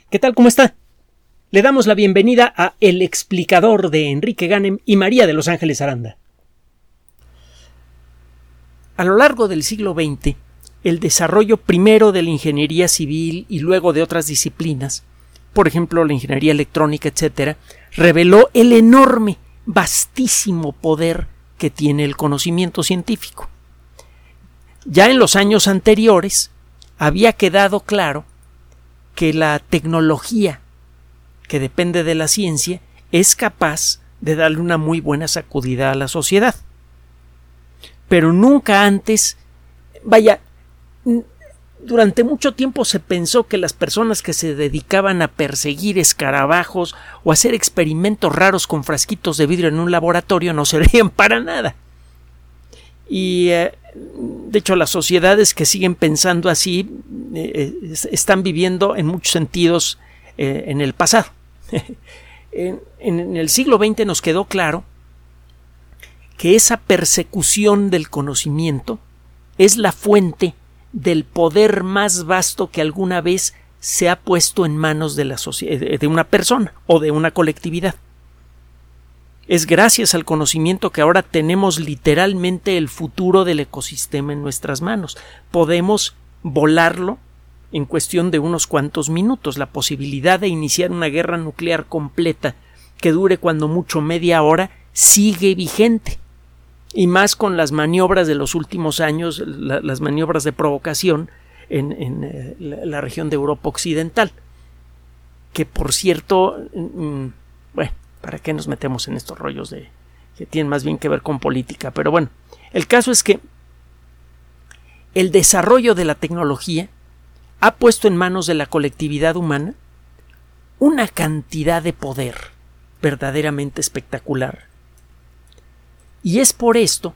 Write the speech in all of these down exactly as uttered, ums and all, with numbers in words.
¿Qué tal? ¿Cómo está? Le damos la bienvenida a El Explicador de Enrique Ganem y María de Los Ángeles Aranda. A lo largo del siglo veinte, el desarrollo primero de la ingeniería civil y luego de otras disciplinas, por ejemplo la ingeniería electrónica, etcétera, reveló el enorme, vastísimo poder que tiene el conocimiento científico. Ya en los años anteriores había quedado claro que la tecnología que depende de la ciencia es capaz de darle una muy buena sacudida a la sociedad. Pero nunca antes, vaya, durante mucho tiempo se pensó que las personas que se dedicaban a perseguir escarabajos o a hacer experimentos raros con frasquitos de vidrio en un laboratorio no servían para nada. Y eh, de hecho las sociedades que siguen pensando así eh, están viviendo en muchos sentidos eh, en el pasado. en, en el siglo veinte nos quedó claro que esa persecución del conocimiento es la fuente del poder más vasto que alguna vez se ha puesto en manos de la sociedad, de una persona o de una colectividad. Es gracias al conocimiento que ahora tenemos literalmente el futuro del ecosistema en nuestras manos. Podemos volarlo en cuestión de unos cuantos minutos. La posibilidad de iniciar una guerra nuclear completa que dure cuando mucho media hora sigue vigente. Y más con las maniobras de los últimos años, la, las maniobras de provocación en, en eh, la, la región de Europa Occidental. Que por cierto, mmm, bueno, ¿para qué nos metemos en estos rollos de que tienen más bien que ver con política? Pero bueno, el caso es que el desarrollo de la tecnología ha puesto en manos de la colectividad humana una cantidad de poder verdaderamente espectacular. Y es por esto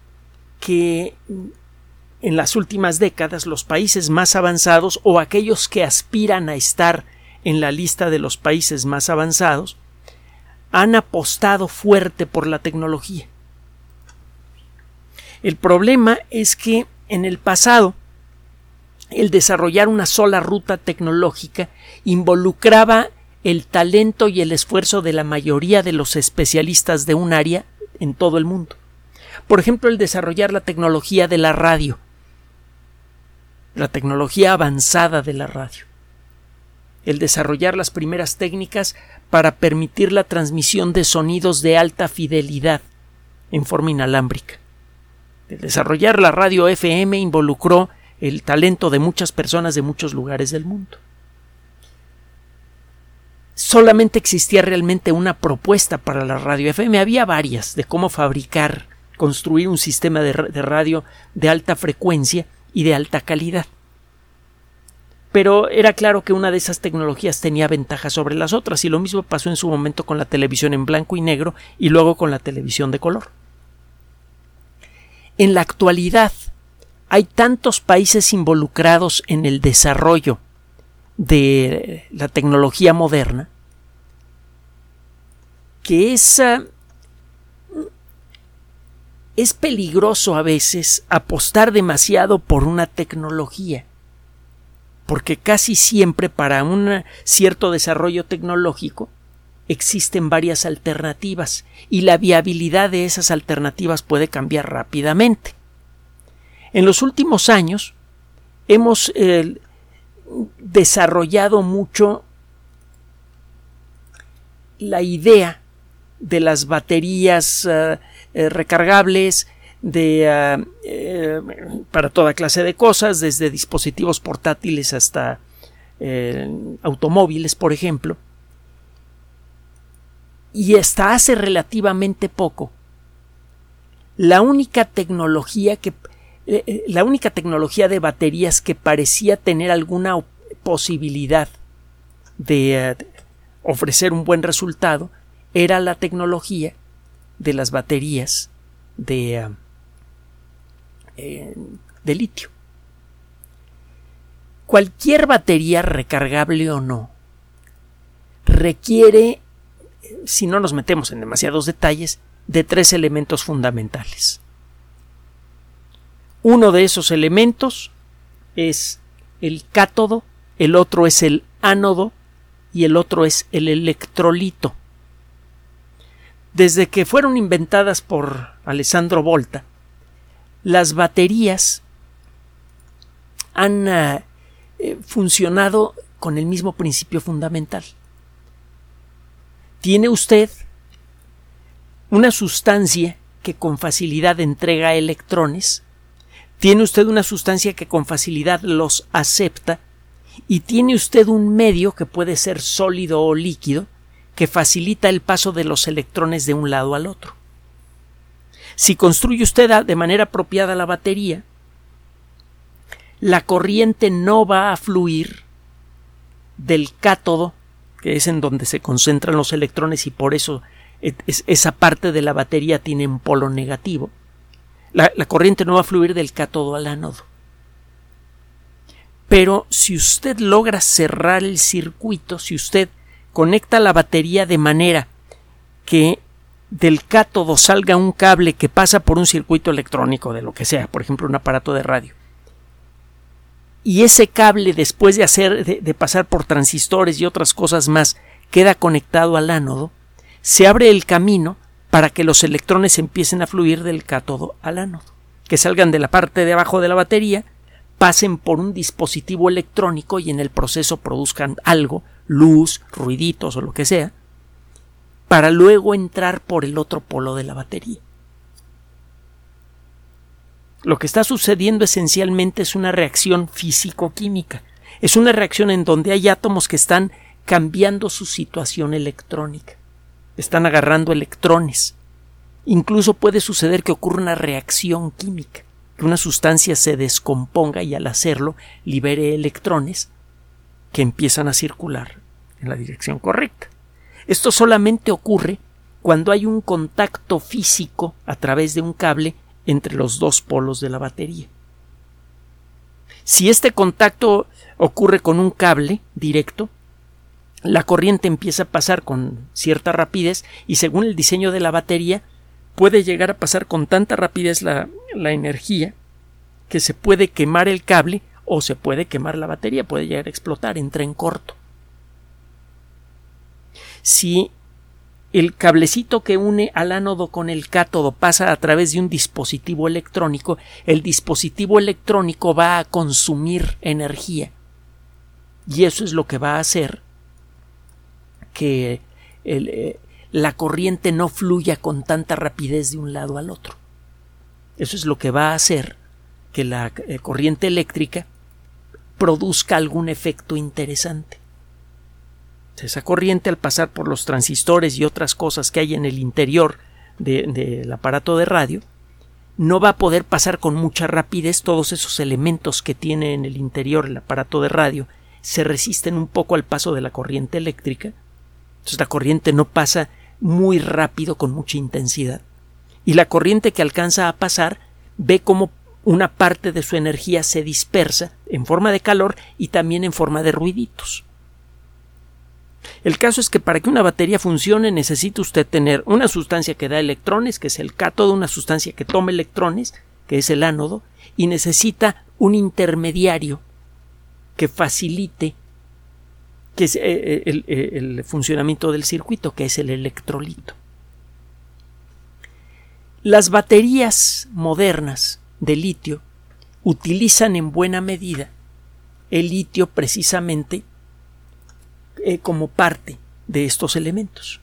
que en las últimas décadas los países más avanzados o aquellos que aspiran a estar en la lista de los países más avanzados han apostado fuerte por la tecnología. El problema es que en el pasado el desarrollar una sola ruta tecnológica involucraba el talento y el esfuerzo de la mayoría de los especialistas de un área en todo el mundo. Por ejemplo, el desarrollar la tecnología de la radio, la tecnología avanzada de la radio. El desarrollar las primeras técnicas para permitir la transmisión de sonidos de alta fidelidad en forma inalámbrica. El desarrollar la radio F M involucró el talento de muchas personas de muchos lugares del mundo. Solamente existía realmente una propuesta para la radio F M. Había varias de cómo fabricar, construir un sistema de, de radio de alta frecuencia y de alta calidad. Pero era claro que una de esas tecnologías tenía ventajas sobre las otras, y lo mismo pasó en su momento con la televisión en blanco y negro y luego con la televisión de color. En la actualidad hay tantos países involucrados en el desarrollo de la tecnología moderna que es, uh, es peligroso a veces apostar demasiado por una tecnología, porque casi siempre para un cierto desarrollo tecnológico existen varias alternativas y la viabilidad de esas alternativas puede cambiar rápidamente. En los últimos años hemos eh, desarrollado mucho la idea de las baterías uh, eh, recargables de, uh, eh, para toda clase de cosas, desde dispositivos portátiles hasta eh, automóviles, por ejemplo. Y hasta hace relativamente poco, la única tecnología que eh, la única tecnología de baterías que parecía tener alguna posibilidad de uh, ofrecer un buen resultado era la tecnología de las baterías de, uh, eh, de litio. Cualquier batería, recargable o no, requiere, si no nos metemos en demasiados detalles, de tres elementos fundamentales. Uno de esos elementos es el cátodo, el otro es el ánodo y el otro es el electrolito. Desde que fueron inventadas por Alessandro Volta, las baterías han uh, eh, funcionado con el mismo principio fundamental. Tiene usted una sustancia que con facilidad entrega electrones, tiene usted una sustancia que con facilidad los acepta y tiene usted un medio que puede ser sólido o líquido que facilita el paso de los electrones de un lado al otro. Si construye usted de manera apropiada la batería, la corriente no va a fluir del cátodo, que es en donde se concentran los electrones y por eso esa parte de la batería tiene un polo negativo. La, la corriente no va a fluir del cátodo al ánodo. Pero si usted logra cerrar el circuito, si usted conecta la batería de manera que del cátodo salga un cable que pasa por un circuito electrónico de lo que sea, por ejemplo un aparato de radio, y ese cable después de hacer de, de pasar por transistores y otras cosas más queda conectado al ánodo, se abre el camino para que los electrones empiecen a fluir del cátodo al ánodo, que salgan de la parte de abajo de la batería, pasen por un dispositivo electrónico y en el proceso produzcan algo, luz, ruiditos o lo que sea, para luego entrar por el otro polo de la batería. Lo que está sucediendo esencialmente es una reacción físico-química. Es una reacción en donde hay átomos que están cambiando su situación electrónica. Están agarrando electrones. Incluso puede suceder que ocurra una reacción química, que una sustancia se descomponga y al hacerlo libere electrones que empiezan a circular en la dirección correcta. Esto solamente ocurre cuando hay un contacto físico a través de un cable entre los dos polos de la batería. Si este contacto ocurre con un cable directo, la corriente empieza a pasar con cierta rapidez y según el diseño de la batería puede llegar a pasar con tanta rapidez la, la energía que se puede quemar el cable o se puede quemar la batería, puede llegar a explotar, entra en corto. Si el cablecito que une al ánodo con el cátodo pasa a través de un dispositivo electrónico, el dispositivo electrónico va a consumir energía y eso es lo que va a hacer que el, eh, la corriente no fluya con tanta rapidez de un lado al otro. Eso es lo que va a hacer que la eh, corriente eléctrica produzca algún efecto interesante. Esa corriente, al pasar por los transistores y otras cosas que hay en el interior de, del aparato de radio, no va a poder pasar con mucha rapidez. Todos esos elementos que tiene en el interior el aparato de radio se resisten un poco al paso de la corriente eléctrica. Entonces la corriente no pasa muy rápido con mucha intensidad. Y la corriente que alcanza a pasar ve cómo una parte de su energía se dispersa en forma de calor y también en forma de ruiditos. El caso es que para que una batería funcione necesita usted tener una sustancia que da electrones, que es el cátodo, una sustancia que toma electrones, que es el ánodo, y necesita un intermediario que facilite que es el, el, el funcionamiento del circuito, que es el electrolito. Las baterías modernas de litio utilizan en buena medida el litio precisamente eh, como parte de estos elementos.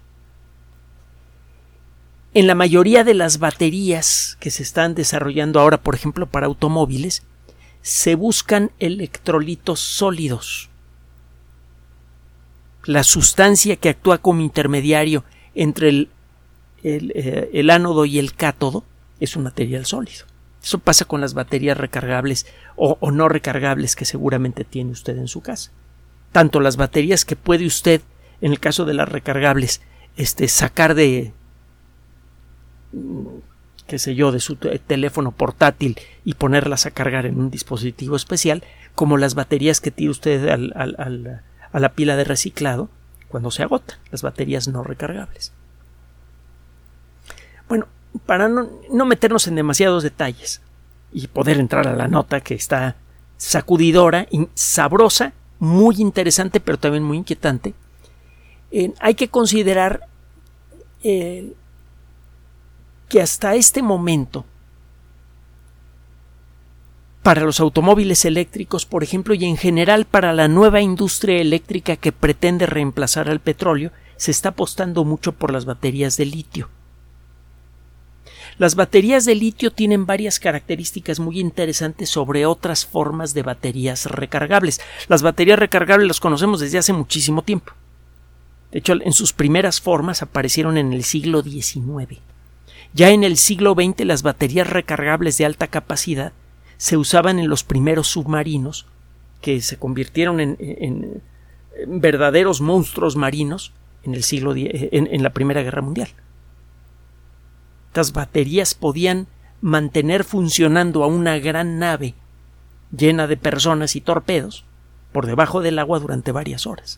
En la mayoría de las baterías que se están desarrollando ahora, por ejemplo, para automóviles, se buscan electrolitos sólidos. La sustancia que actúa como intermediario entre el, el, eh, el ánodo y el cátodo es un material sólido. Eso pasa con las baterías recargables o, o no recargables que seguramente tiene usted en su casa. Tanto las baterías que puede usted, en el caso de las recargables, este, sacar de, qué sé yo, de su teléfono portátil y ponerlas a cargar en un dispositivo especial, como las baterías que tira usted al, al, al a la pila de reciclado cuando se agotan, las baterías no recargables. Bueno, para no, no meternos en demasiados detalles y poder entrar a la nota que está sacudidora, sabrosa, muy interesante, pero también muy inquietante, Eh, hay que considerar eh, que hasta este momento, para los automóviles eléctricos, por ejemplo, y en general para la nueva industria eléctrica que pretende reemplazar al petróleo, se está apostando mucho por las baterías de litio. Las baterías de litio tienen varias características muy interesantes sobre otras formas de baterías recargables. Las baterías recargables las conocemos desde hace muchísimo tiempo. De hecho, en sus primeras formas aparecieron en el siglo diecinueve. Ya en el siglo veinte las baterías recargables de alta capacidad se usaban en los primeros submarinos, que se convirtieron en, en, en verdaderos monstruos marinos en el siglo en, en la Primera Guerra Mundial. Estas baterías podían mantener funcionando a una gran nave llena de personas y torpedos por debajo del agua durante varias horas.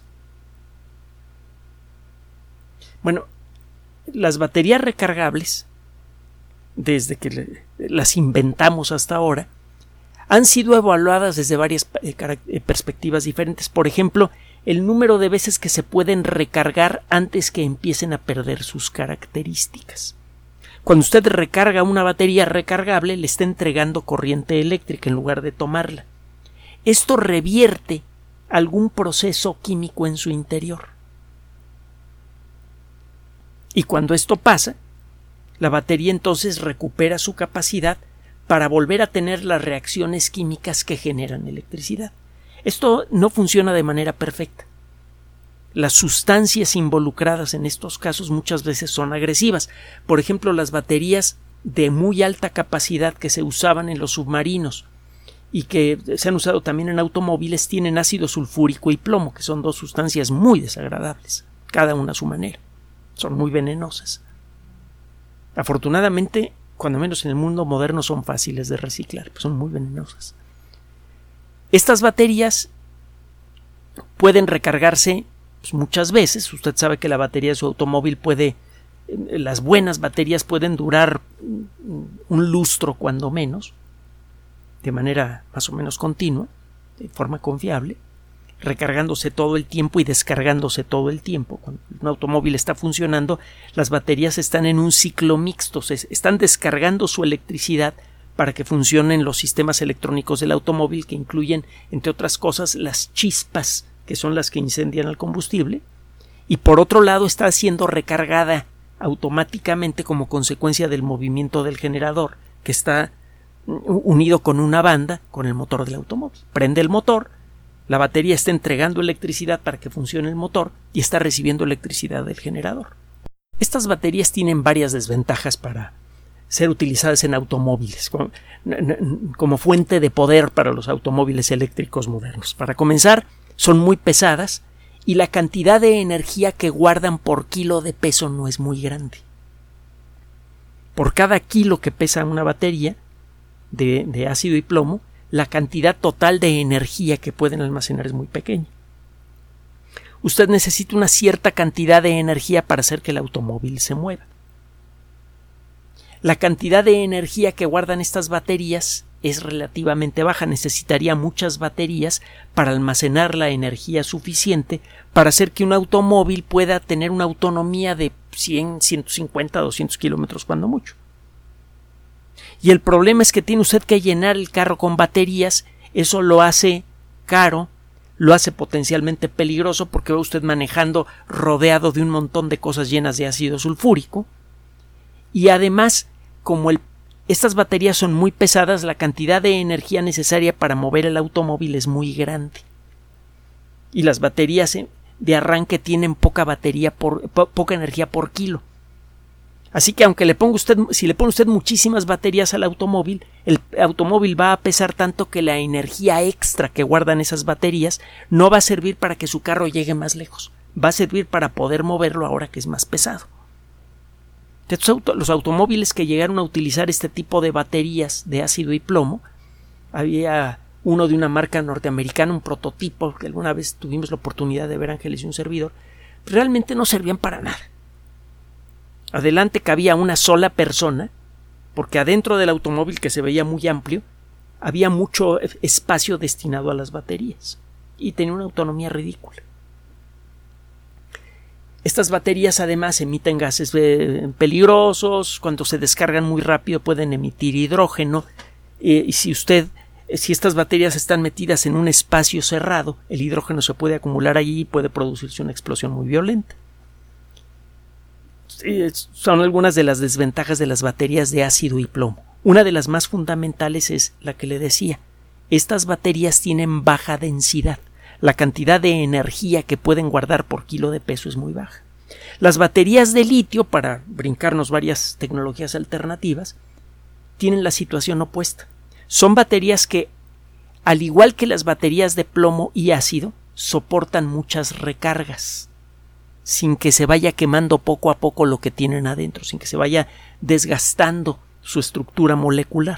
Bueno, las baterías recargables, desde que las inventamos hasta ahora, han sido evaluadas desde varias perspectivas diferentes. Por ejemplo, el número de veces que se pueden recargar antes que empiecen a perder sus características. Cuando usted recarga una batería recargable, le está entregando corriente eléctrica en lugar de tomarla. Esto revierte algún proceso químico en su interior. Y cuando esto pasa, la batería entonces recupera su capacidad para volver a tener las reacciones químicas que generan electricidad. Esto no funciona de manera perfecta. Las sustancias involucradas en estos casos muchas veces son agresivas. Por ejemplo, las baterías de muy alta capacidad que se usaban en los submarinos y que se han usado también en automóviles tienen ácido sulfúrico y plomo, que son dos sustancias muy desagradables, cada una a su manera. Son muy venenosas. Afortunadamente, cuando menos en el mundo moderno, son fáciles de reciclar, pues son muy venenosas. Estas baterías pueden recargarse pues, muchas veces. Usted sabe que la batería de su automóvil puede, las buenas baterías pueden durar un lustro cuando menos, de manera más o menos continua, de forma confiable, recargándose todo el tiempo y descargándose todo el tiempo. Cuando un automóvil está funcionando, las baterías están en un ciclo mixto, se están descargando su electricidad para que funcionen los sistemas electrónicos del automóvil, que incluyen, entre otras cosas, las chispas, que son las que incendian el combustible, y por otro lado está siendo recargada automáticamente como consecuencia del movimiento del generador, que está unido con una banda con el motor del automóvil. Prende el motor, la batería está entregando electricidad para que funcione el motor y está recibiendo electricidad del generador. Estas baterías tienen varias desventajas para ser utilizadas en automóviles, como, como fuente de poder para los automóviles eléctricos modernos. Para comenzar, son muy pesadas y la cantidad de energía que guardan por kilo de peso no es muy grande. Por cada kilo que pesa una batería de, de ácido y plomo, la cantidad total de energía que pueden almacenar es muy pequeña. Usted necesita una cierta cantidad de energía para hacer que el automóvil se mueva. La cantidad de energía que guardan estas baterías es relativamente baja. Necesitaría muchas baterías para almacenar la energía suficiente para hacer que un automóvil pueda tener una autonomía de cien, ciento cincuenta, doscientos kilómetros cuando mucho. Y el problema es que tiene usted que llenar el carro con baterías. Eso lo hace caro, lo hace potencialmente peligroso porque va usted manejando rodeado de un montón de cosas llenas de ácido sulfúrico. Y además, como el, estas baterías son muy pesadas, la cantidad de energía necesaria para mover el automóvil es muy grande. Y las baterías de arranque tienen poca batería por, po, poca energía por kilo. Así que aunque le ponga usted, si le pone usted muchísimas baterías al automóvil, el automóvil va a pesar tanto que la energía extra que guardan esas baterías no va a servir para que su carro llegue más lejos. Va a servir para poder moverlo ahora que es más pesado. Los automóviles que llegaron a utilizar este tipo de baterías de ácido y plomo, había uno de una marca norteamericana, un prototipo que alguna vez tuvimos la oportunidad de ver Ángeles y un servidor, realmente no servían para nada. Adelante cabía una sola persona, porque adentro del automóvil, que se veía muy amplio, había mucho espacio destinado a las baterías y tenía una autonomía ridícula. Estas baterías además emiten gases eh, peligrosos, cuando se descargan muy rápido pueden emitir hidrógeno, eh, y si usted, si estas baterías están metidas en un espacio cerrado, el hidrógeno se puede acumular allí y puede producirse una explosión muy violenta. Son algunas de las desventajas de las baterías de ácido y plomo. Una de las más fundamentales es la que le decía. Estas baterías tienen baja densidad. La cantidad de energía que pueden guardar por kilo de peso es muy baja. Las baterías de litio, para brincarnos varias tecnologías alternativas, tienen la situación opuesta. Son baterías que, al igual que las baterías de plomo y ácido, soportan muchas recargas, sin que se vaya quemando poco a poco lo que tienen adentro, sin que se vaya desgastando su estructura molecular,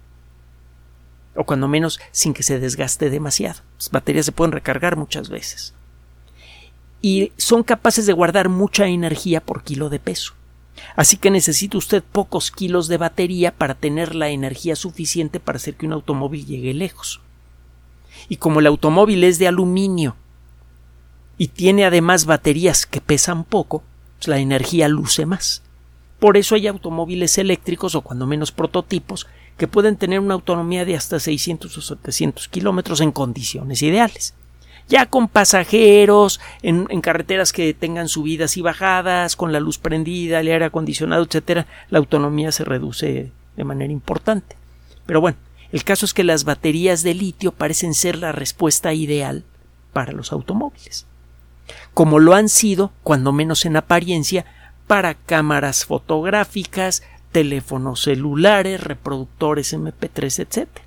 o cuando menos sin que se desgaste demasiado. Las baterías se pueden recargar muchas veces y son capaces de guardar mucha energía por kilo de peso. Así que necesita usted pocos kilos de batería para tener la energía suficiente para hacer que un automóvil llegue lejos. Y como el automóvil es de aluminio y tiene además baterías que pesan poco, pues la energía luce más. Por eso hay automóviles eléctricos, o cuando menos prototipos, que pueden tener una autonomía de hasta seiscientos o setecientos kilómetros en condiciones ideales. Ya con pasajeros, en, en carreteras que tengan subidas y bajadas, con la luz prendida, el aire acondicionado, etcétera, la autonomía se reduce de manera importante. Pero bueno, el caso es que las baterías de litio parecen ser la respuesta ideal para los automóviles, como lo han sido, cuando menos en apariencia, para cámaras fotográficas, teléfonos celulares, reproductores eme pe tres, etcétera.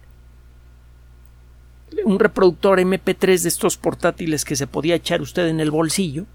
Un reproductor eme pe tres de estos portátiles que se podía echar usted en el bolsillo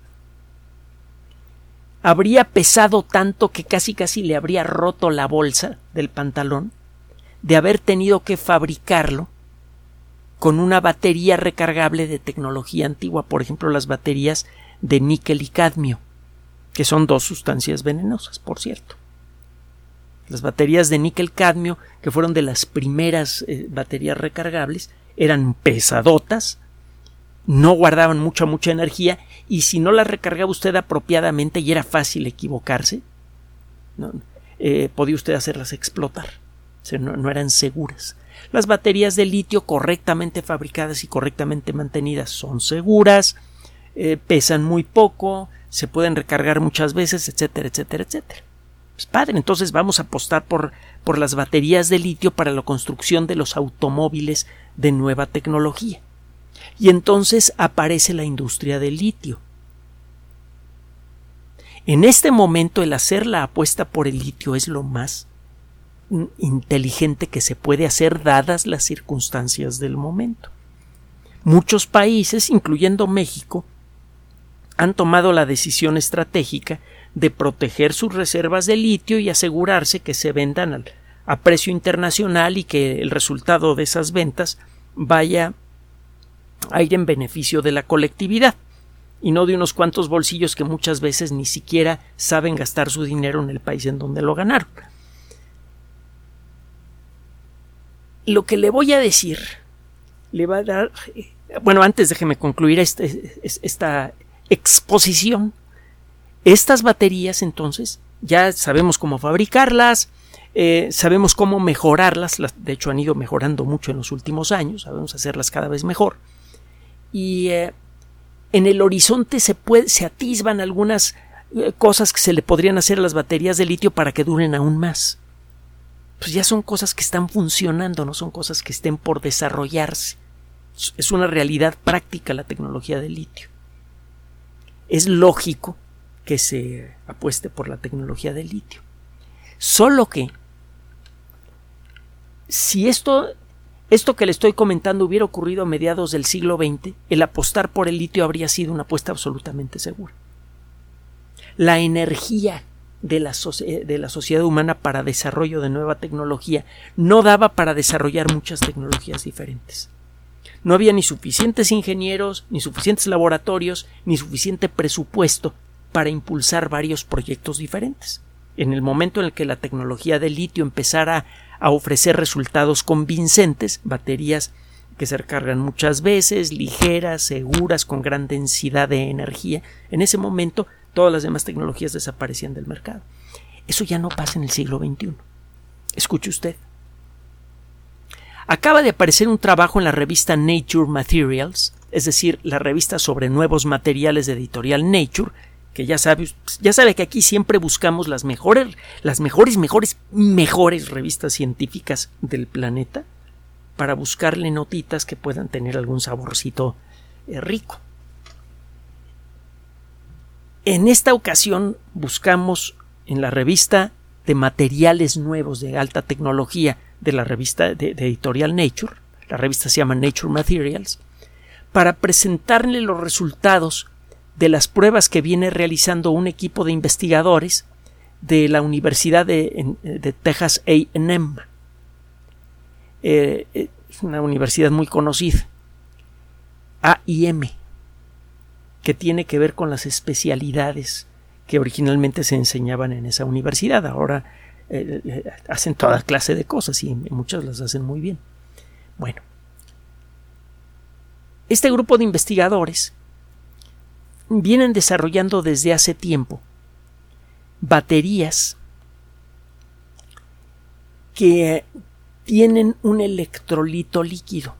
habría pesado tanto que casi casi le habría roto la bolsa del pantalón de haber tenido que fabricarlo con una batería recargable de tecnología antigua, por ejemplo las baterías de níquel y cadmio, que son dos sustancias venenosas, por cierto. Las baterías de níquel-cadmio, que fueron de las primeras eh, baterías recargables, eran pesadotas, no guardaban mucha, mucha energía, y si no las recargaba usted apropiadamente, y era fácil equivocarse, ¿no? eh, podía usted hacerlas explotar. O sea, no, no eran seguras. Las baterías de litio correctamente fabricadas y correctamente mantenidas son seguras, eh, pesan muy poco, se pueden recargar muchas veces, etcétera, etcétera, etcétera. Pues padre, entonces vamos a apostar por, por las baterías de litio para la construcción de los automóviles de nueva tecnología. Y entonces aparece la industria del litio. En este momento el hacer la apuesta por el litio es lo más inteligente que se puede hacer dadas las circunstancias del momento. Muchos países, incluyendo México, han tomado la decisión estratégica de proteger sus reservas de litio y asegurarse que se vendan al, a precio internacional y que el resultado de esas ventas vaya a ir en beneficio de la colectividad y no de unos cuantos bolsillos que muchas veces ni siquiera saben gastar su dinero en el país en donde lo ganaron. Lo que le voy a decir le va a dar... Bueno, antes déjeme concluir este, esta exposición. Estas baterías, entonces, ya sabemos cómo fabricarlas, eh, sabemos cómo mejorarlas, las, de hecho han ido mejorando mucho en los últimos años, sabemos hacerlas cada vez mejor, y eh, en el horizonte se, puede, se atisban algunas eh, cosas que se le podrían hacer a las baterías de litio para que duren aún más. Pues ya son cosas que están funcionando, no son cosas que estén por desarrollarse. Es una realidad práctica la tecnología del litio. Es lógico que se apueste por la tecnología del litio. Solo que si esto, esto que le estoy comentando hubiera ocurrido a mediados del siglo veinte, el apostar por el litio habría sido una apuesta absolutamente segura. La energía de la, de la sociedad humana para desarrollo de nueva tecnología no daba para desarrollar muchas tecnologías diferentes. No había ni suficientes ingenieros, ni suficientes laboratorios, ni suficiente presupuesto para impulsar varios proyectos diferentes. En el momento en el que la tecnología del litio empezara a ofrecer resultados convincentes, baterías que se recargan muchas veces, ligeras, seguras, con gran densidad de energía, en ese momento Todas las demás tecnologías desaparecían del mercado. Eso ya no pasa en el siglo veintiuno. Escuche usted. Acaba de aparecer un trabajo en la revista Nature Materials, es decir, la revista sobre nuevos materiales de editorial Nature, que ya sabe, ya sabe que aquí siempre buscamos las mejores, las mejores, mejores, mejores revistas científicas del planeta para buscarle notitas que puedan tener algún saborcito eh, rico. En esta ocasión buscamos en la revista de materiales nuevos de alta tecnología de la revista de, de editorial Nature, la revista se llama Nature Materials, para presentarle los resultados de las pruebas que viene realizando un equipo de investigadores de la Universidad de, de Texas A and M. Eh, es una universidad muy conocida, A y M, que tiene que ver con las especialidades que originalmente se enseñaban en esa universidad. Ahora eh, eh, hacen toda clase de cosas y muchas las hacen muy bien. Bueno, este grupo de investigadores vienen desarrollando desde hace tiempo baterías que tienen un electrolito líquido.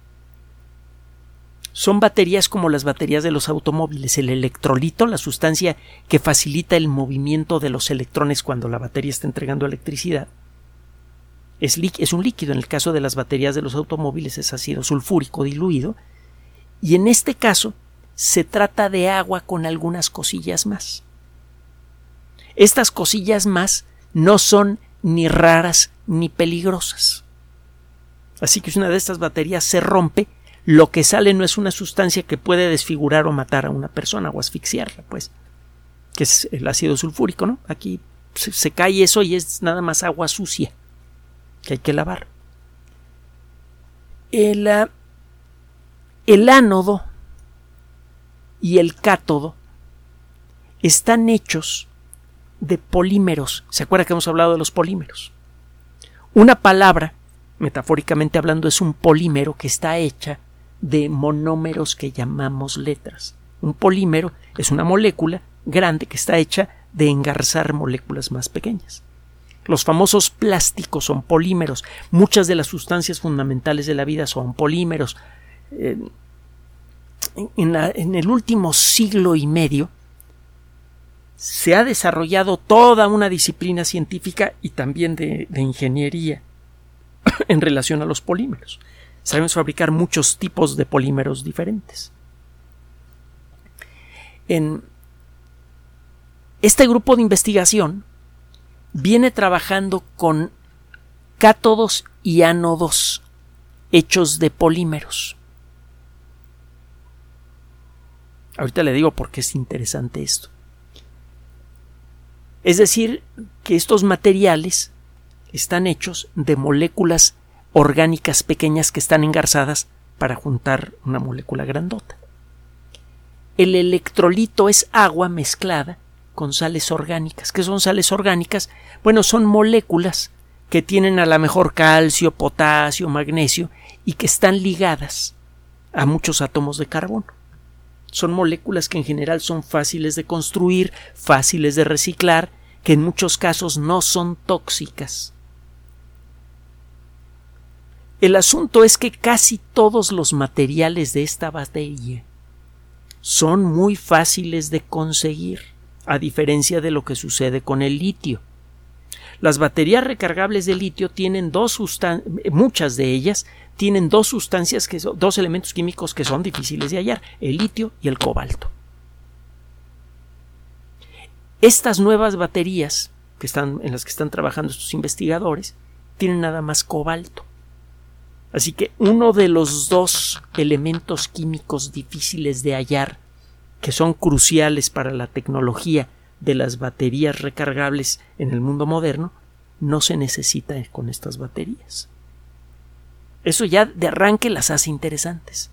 Son baterías como las baterías de los automóviles. El electrolito, la sustancia que facilita el movimiento de los electrones cuando la batería está entregando electricidad, es, es un líquido. En el caso de las baterías de los automóviles es ácido sulfúrico diluido, y en este caso se trata de agua con algunas cosillas más. Estas cosillas más no son ni raras ni peligrosas. Así que si una de estas baterías se rompe, lo que sale no es una sustancia que puede desfigurar o matar a una persona o asfixiarla, pues, que es el ácido sulfúrico, ¿no? Aquí se, se cae eso y es nada más agua sucia que hay que lavar. El, uh, el ánodo y el cátodo están hechos de polímeros. ¿Se acuerda que hemos hablado de los polímeros? Una palabra, metafóricamente hablando, es un polímero que está hecha de monómeros que llamamos letras. Un polímero es una molécula grande que está hecha de engarzar moléculas más pequeñas. Los famosos plásticos son polímeros. Muchas de las sustancias fundamentales de la vida son polímeros. Eh, en, la, en el último siglo y medio se ha desarrollado toda una disciplina científica y también de, de ingeniería en relación a los polímeros. Sabemos fabricar muchos tipos de polímeros diferentes. En este grupo de investigación viene trabajando con cátodos y ánodos hechos de polímeros. Ahorita le digo por qué es interesante esto. Es decir, que estos materiales están hechos de moléculas orgánicas pequeñas que están engarzadas para juntar una molécula grandota. El electrolito es agua mezclada con sales orgánicas. ¿Qué son sales orgánicas? Bueno, son moléculas que tienen a lo mejor calcio, potasio, magnesio y que están ligadas a muchos átomos de carbono. Son moléculas que en general son fáciles de construir, fáciles de reciclar, que en muchos casos no son tóxicas. El asunto es que casi todos los materiales de esta batería son muy fáciles de conseguir, a diferencia de lo que sucede con el litio. Las baterías recargables de litio tienen dos sustancias, muchas de ellas tienen dos sustancias, que son, dos elementos químicos que son difíciles de hallar, el litio y el cobalto. Estas nuevas baterías que están, en las que están trabajando estos investigadores tienen nada más cobalto. Así que uno de los dos elementos químicos difíciles de hallar, que son cruciales para la tecnología de las baterías recargables en el mundo moderno, no se necesita con estas baterías. Eso ya de arranque las hace interesantes.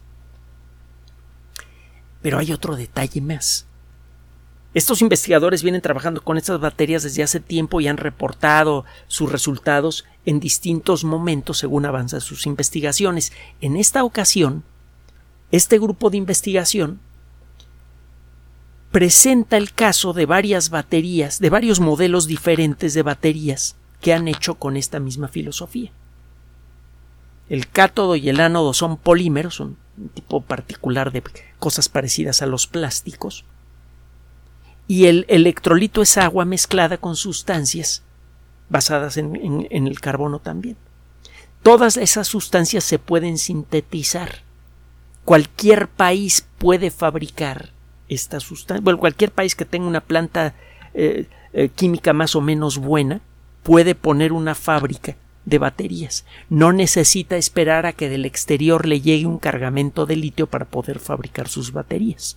Pero hay otro detalle más. Estos investigadores vienen trabajando con estas baterías desde hace tiempo y han reportado sus resultados en distintos momentos según avanzan sus investigaciones. En esta ocasión, este grupo de investigación presenta el caso de varias baterías, de varios modelos diferentes de baterías que han hecho con esta misma filosofía. El cátodo y el ánodo son polímeros, son un tipo particular de cosas parecidas a los plásticos, y el electrolito es agua mezclada con sustancias basadas en, en, en el carbono también. Todas esas sustancias se pueden sintetizar. Cualquier país puede fabricar esta sustancia. Bueno, cualquier país que tenga una planta eh, eh, química más o menos buena puede poner una fábrica de baterías. No necesita esperar a que del exterior le llegue un cargamento de litio para poder fabricar sus baterías.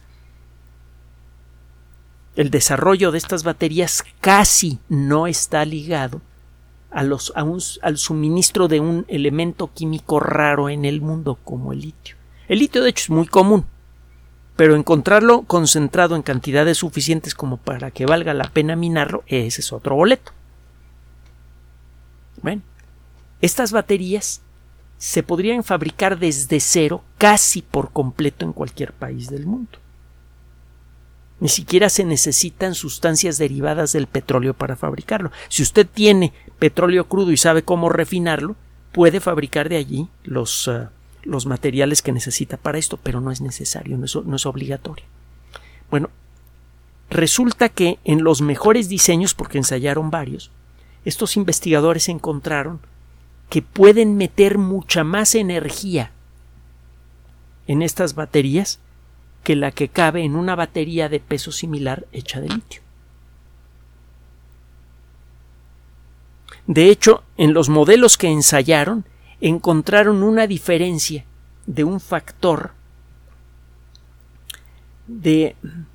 El desarrollo de estas baterías casi no está ligado a los, a un, al suministro de un elemento químico raro en el mundo como el litio. El litio, de hecho, es muy común, pero encontrarlo concentrado en cantidades suficientes como para que valga la pena minarlo, ese es otro boleto. Bueno, estas baterías se podrían fabricar desde cero casi por completo en cualquier país del mundo. Ni siquiera se necesitan sustancias derivadas del petróleo para fabricarlo. Si usted tiene petróleo crudo y sabe cómo refinarlo, puede fabricar de allí los, uh, los materiales que necesita para esto, pero no es necesario, no es, no es obligatorio. Bueno, resulta que en los mejores diseños, porque ensayaron varios, estos investigadores encontraron que pueden meter mucha más energía en estas baterías que la que cabe en una batería de peso similar hecha de litio. De hecho, en los modelos que ensayaron, encontraron una diferencia de un factor de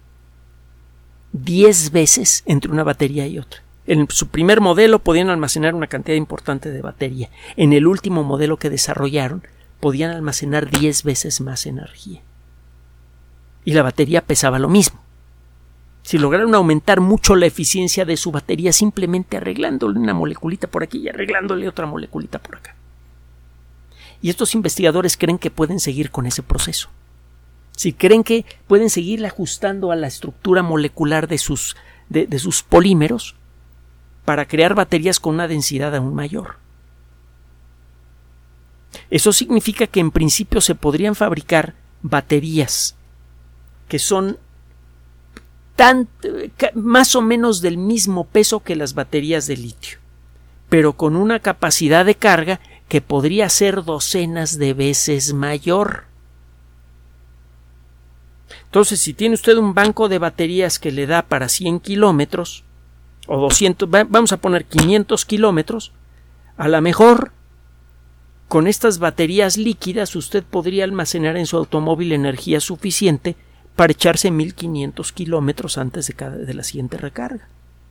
diez veces entre una batería y otra. En su primer modelo podían almacenar una cantidad importante de batería. En el último modelo que desarrollaron, podían almacenar diez veces más energía. Y la batería pesaba lo mismo. Si lograron aumentar mucho la eficiencia de su batería simplemente arreglándole una moleculita por aquí y arreglándole otra moleculita por acá. Y estos investigadores creen que pueden seguir con ese proceso. Si creen que pueden seguir ajustando a la estructura molecular de sus, de, de sus polímeros para crear baterías con una densidad aún mayor. Eso significa que en principio se podrían fabricar baterías que son tan, más o menos del mismo peso que las baterías de litio, pero con una capacidad de carga que podría ser docenas de veces mayor. Entonces, si tiene usted un banco de baterías que le da para cien kilómetros, o doscientos, vamos a poner quinientos kilómetros, a lo mejor con estas baterías líquidas usted podría almacenar en su automóvil energía suficiente para echarse mil quinientos kilómetros antes de, cada, de la siguiente recarga.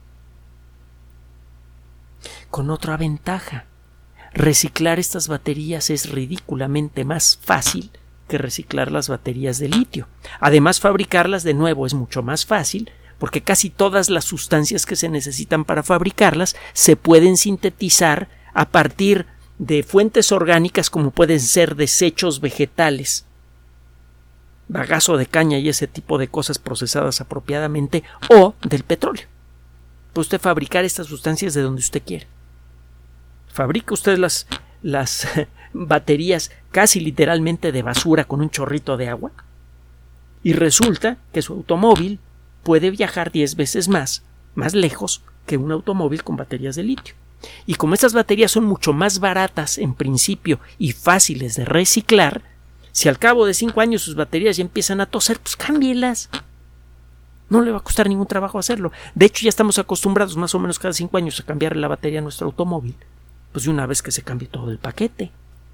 Con otra ventaja, reciclar estas baterías es ridículamente más fácil que reciclar las baterías de litio. Además, fabricarlas de nuevo es mucho más fácil porque casi todas las sustancias que se necesitan para fabricarlas se pueden sintetizar a partir de fuentes orgánicas como pueden ser desechos vegetales, bagazo de caña y ese tipo de cosas procesadas apropiadamente, o del petróleo. Puede usted fabricar estas sustancias de donde usted quiera. Fabrica usted las, las baterías casi literalmente de basura con un chorrito de agua y resulta que su automóvil puede viajar diez veces más, más lejos que un automóvil con baterías de litio. Y como estas baterías son mucho más baratas en principio y fáciles de reciclar, si al cabo de cinco años sus baterías ya empiezan a toser, pues cámbielas. No le va a costar ningún trabajo hacerlo. De hecho, ya estamos acostumbrados más o menos cada cinco años a cambiar la batería a nuestro automóvil. Pues de una vez que se cambie todo el paquete.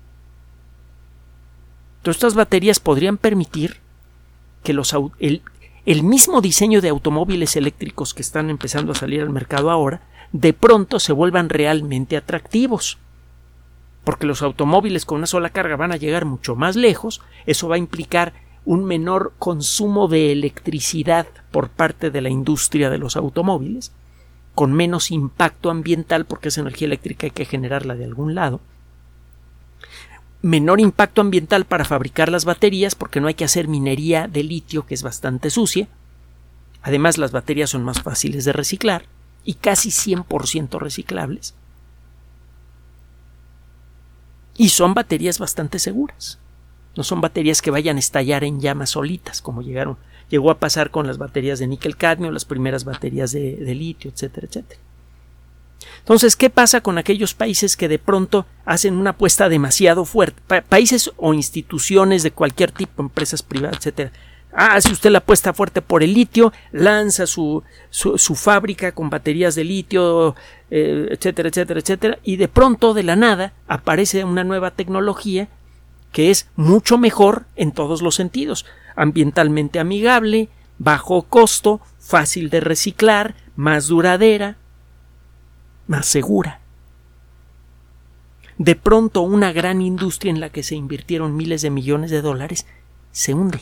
Entonces, estas baterías podrían permitir que los, el, el mismo diseño de automóviles eléctricos que están empezando a salir al mercado ahora, de pronto se vuelvan realmente atractivos. Porque los automóviles con una sola carga van a llegar mucho más lejos. Eso va a implicar un menor consumo de electricidad por parte de la industria de los automóviles, con menos impacto ambiental porque esa energía eléctrica hay que generarla de algún lado. Menor impacto ambiental para fabricar las baterías porque no hay que hacer minería de litio, que es bastante sucia. Además, las baterías son más fáciles de reciclar y casi cien por ciento reciclables. Y son baterías bastante seguras. No son baterías que vayan a estallar en llamas solitas, como llegaron, llegó a pasar con las baterías de níquel-cadmio, las primeras baterías de, de litio, etcétera, etcétera. Entonces, ¿qué pasa con aquellos países que de pronto hacen una apuesta demasiado fuerte? Pa- países o instituciones de cualquier tipo, empresas privadas, etcétera. Ah, si usted la apuesta fuerte por el litio, lanza su, su, su fábrica con baterías de litio, eh, etcétera, etcétera, etcétera, y de pronto, de la nada, aparece una nueva tecnología que es mucho mejor en todos los sentidos. Ambientalmente amigable, bajo costo, fácil de reciclar, más duradera, más segura. De pronto, una gran industria en la que se invirtieron miles de millones de dólares se hunde.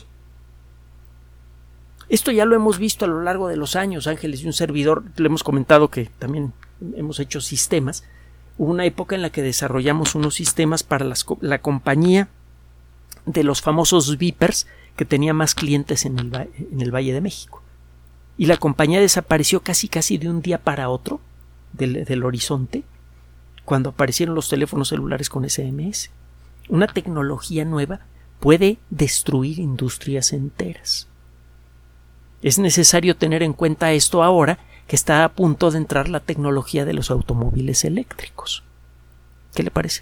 Esto ya lo hemos visto a lo largo de los años, Ángeles y un servidor, le hemos comentado que también hemos hecho sistemas. Hubo una época en la que desarrollamos unos sistemas para las, la compañía de los famosos Vipers, que tenía más clientes en el, en el Valle de México. Y la compañía desapareció casi casi de un día para otro del, del horizonte cuando aparecieron los teléfonos celulares con S M S. Una tecnología nueva puede destruir industrias enteras. Es necesario tener en cuenta esto ahora que está a punto de entrar la tecnología de los automóviles eléctricos. ¿Qué le parece?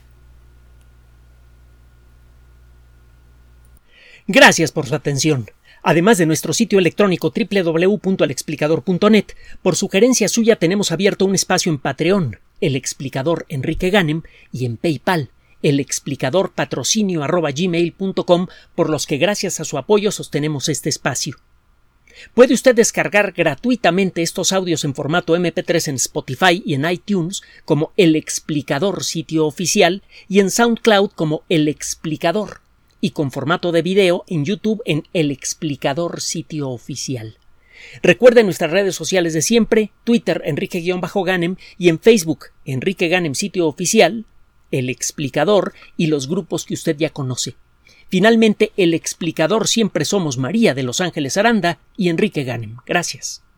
Gracias por su atención. Además de nuestro sitio electrónico doble u doble u doble u punto el explicador punto net, por sugerencia suya tenemos abierto un espacio en Patreon, El Explicador Enrique Ganem, y en PayPal, el explicador patrocinio arroba gmail punto com, por los que gracias a su apoyo sostenemos este espacio. Puede usted descargar gratuitamente estos audios en formato eme pe tres en Spotify y en iTunes como El Explicador sitio oficial y en SoundCloud como El Explicador, y con formato de video en YouTube en El Explicador sitio oficial. Recuerde nuestras redes sociales de siempre, Twitter Enrique-Ganem y en Facebook Enrique Ganem sitio oficial, El Explicador y los grupos que usted ya conoce. Finalmente, El Explicador siempre somos María de Los Ángeles Aranda y Enrique Ganem. Gracias.